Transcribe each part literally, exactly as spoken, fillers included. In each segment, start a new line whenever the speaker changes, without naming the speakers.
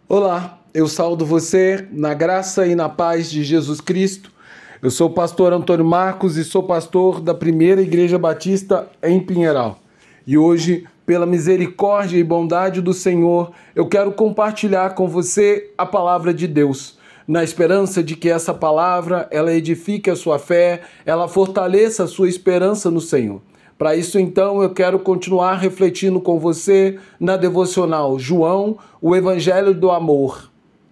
Olá, eu saúdo você na graça e na paz de Jesus Cristo. Eu sou o pastor Antônio Marcos e sou pastor da Primeira Igreja Batista em Pinheiral. E hoje, pela misericórdia e bondade do Senhor, eu quero compartilhar com você a palavra de Deus, na esperança de que essa palavra, ela edifique a sua fé, ela fortaleça a sua esperança no Senhor. Para isso, então, eu quero continuar refletindo com você na devocional João, o Evangelho do Amor.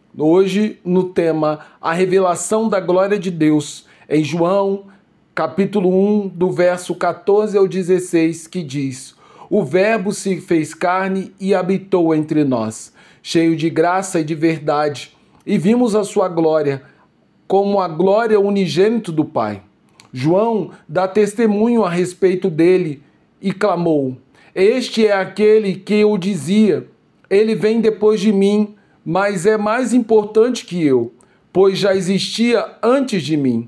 Hoje, no tema A Revelação da Glória de Deus, em João, capítulo um, do verso quatorze ao dezesseis, que diz: O Verbo se fez carne e habitou entre nós, cheio de graça e de verdade, e vimos a sua glória, como a glória unigênito do Pai. João dá testemunho a respeito dele e clamou: Este é aquele que eu dizia, ele vem depois de mim, mas é mais importante que eu, pois já existia antes de mim.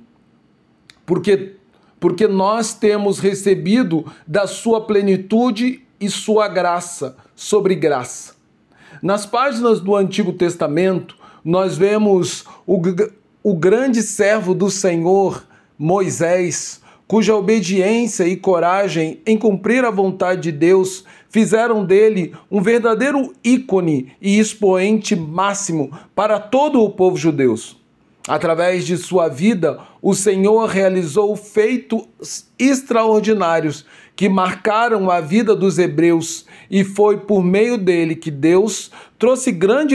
Porque, porque nós temos recebido da sua plenitude e sua graça sobre graça. Nas páginas do Antigo Testamento, nós vemos o, o grande servo do Senhor, Moisés, cuja obediência e coragem em cumprir a vontade de Deus fizeram dele um verdadeiro ícone e expoente máximo para todo o povo judeu. Através de sua vida, o Senhor realizou feitos extraordinários que marcaram a vida dos hebreus, e foi por meio dele que Deus trouxe grande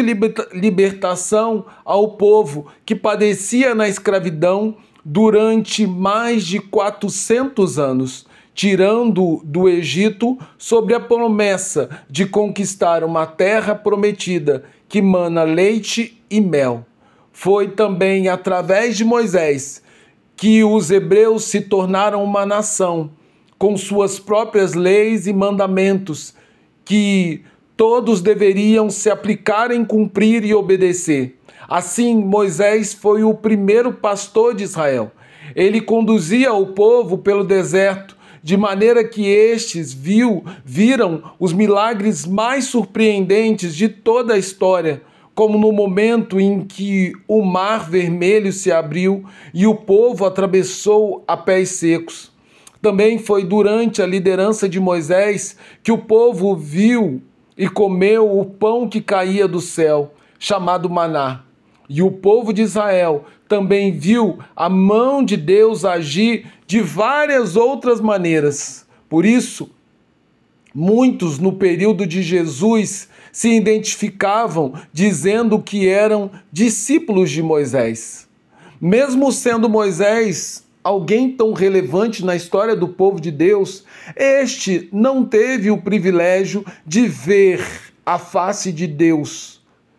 libertação ao povo que padecia na escravidão durante mais de quatrocentos anos, tirando do Egito sob a promessa de conquistar uma terra prometida que mana leite e mel. Foi também através de Moisés que os hebreus se tornaram uma nação, com suas próprias leis e mandamentos, que todos deveriam se aplicar em cumprir e obedecer. Assim, Moisés foi o primeiro pastor de Israel. Ele conduzia o povo pelo deserto, de maneira que estes viu, viram os milagres mais surpreendentes de toda a história, como no momento em que o Mar Vermelho se abriu e o povo atravessou a pés secos. Também foi durante a liderança de Moisés que o povo viu e comeu o pão que caía do céu, chamado maná. E o povo de Israel também viu a mão de Deus agir de várias outras maneiras. Por isso, muitos no período de Jesus se identificavam dizendo que eram discípulos de Moisés. Mesmo sendo Moisés alguém tão relevante na história do povo de Deus, este não teve o privilégio de ver a face de Deus.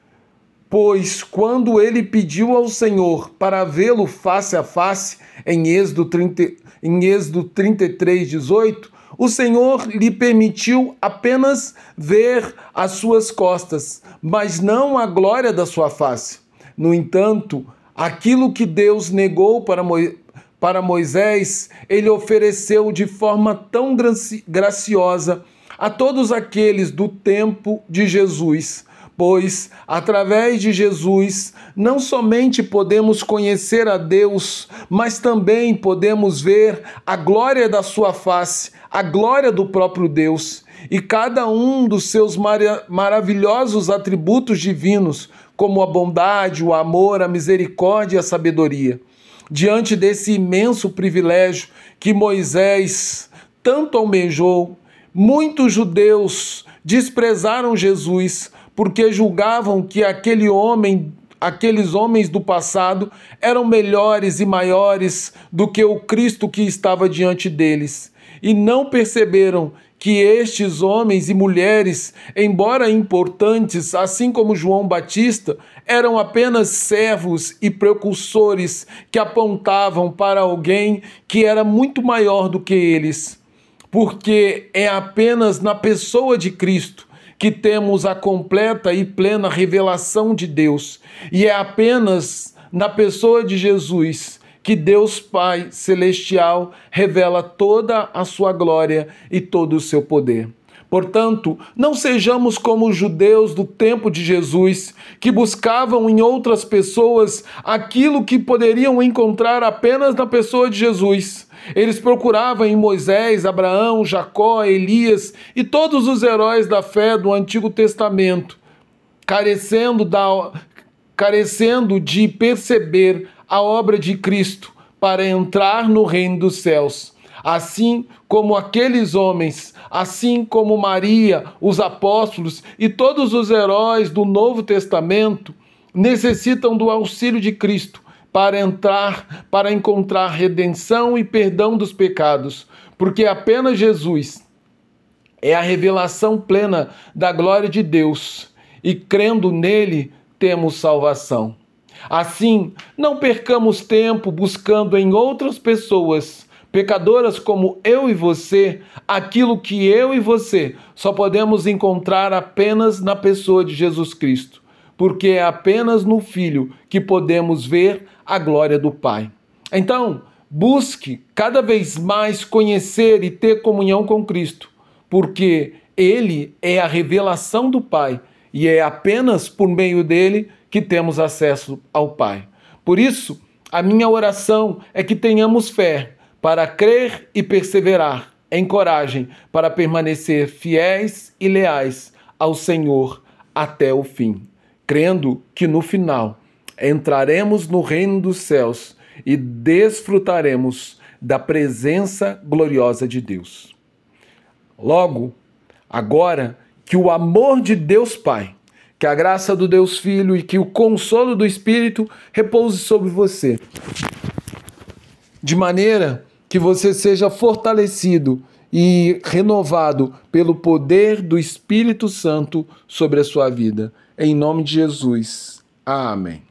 Pois quando ele pediu ao Senhor para vê-lo face a face, em Êxodo trinta, em Êxodo trinta e três, dezoito, o Senhor lhe permitiu apenas ver as suas costas, mas não a glória da sua face. No entanto, aquilo que Deus negou para, Mo, para Moisés, ele ofereceu de forma tão graci, graciosa a todos aqueles do tempo de Jesus. Pois, através de Jesus, não somente podemos conhecer a Deus, mas também podemos ver a glória da sua face, a glória do próprio Deus, e cada um dos seus mar- maravilhosos atributos divinos, como a bondade, o amor, a misericórdia e a sabedoria. Diante desse imenso privilégio que Moisés tanto almejou, muitos judeus desprezaram Jesus, porque julgavam que aquele homem, aqueles homens do passado eram melhores e maiores do que o Cristo que estava diante deles. E não perceberam que estes homens e mulheres, embora importantes, assim como João Batista, eram apenas servos e precursores que apontavam para alguém que era muito maior do que eles. Porque é apenas na pessoa de Cristo que temos a completa e plena revelação de Deus. E é apenas na pessoa de Jesus que Deus Pai Celestial revela toda a sua glória e todo o seu poder. Portanto, não sejamos como os judeus do tempo de Jesus, que buscavam em outras pessoas aquilo que poderiam encontrar apenas na pessoa de Jesus. Eles procuravam em Moisés, Abraão, Jacó, Elias e todos os heróis da fé do Antigo Testamento, carecendo, da, carecendo de perceber a obra de Cristo para entrar no reino dos céus. Assim como aqueles homens, assim como Maria, os apóstolos e todos os heróis do Novo Testamento necessitam do auxílio de Cristo para entrar, para encontrar redenção e perdão dos pecados, porque apenas Jesus é a revelação plena da glória de Deus e crendo nele temos salvação. Assim, não percamos tempo buscando em outras pessoas pecadoras como eu e você, aquilo que eu e você só podemos encontrar apenas na pessoa de Jesus Cristo, porque é apenas no Filho que podemos ver a glória do Pai. Então, busque cada vez mais conhecer e ter comunhão com Cristo, porque Ele é a revelação do Pai e é apenas por meio dele que temos acesso ao Pai. Por isso, a minha oração é que tenhamos fé para crer e perseverar, em coragem para permanecer fiéis e leais ao Senhor até o fim, crendo que no final entraremos no reino dos céus e desfrutaremos da presença gloriosa de Deus. Logo, agora que o amor de Deus Pai, que a graça do Deus Filho e que o consolo do Espírito repouse sobre você, de maneira que você seja fortalecido e renovado pelo poder do Espírito Santo sobre a sua vida. Em nome de Jesus. Amém.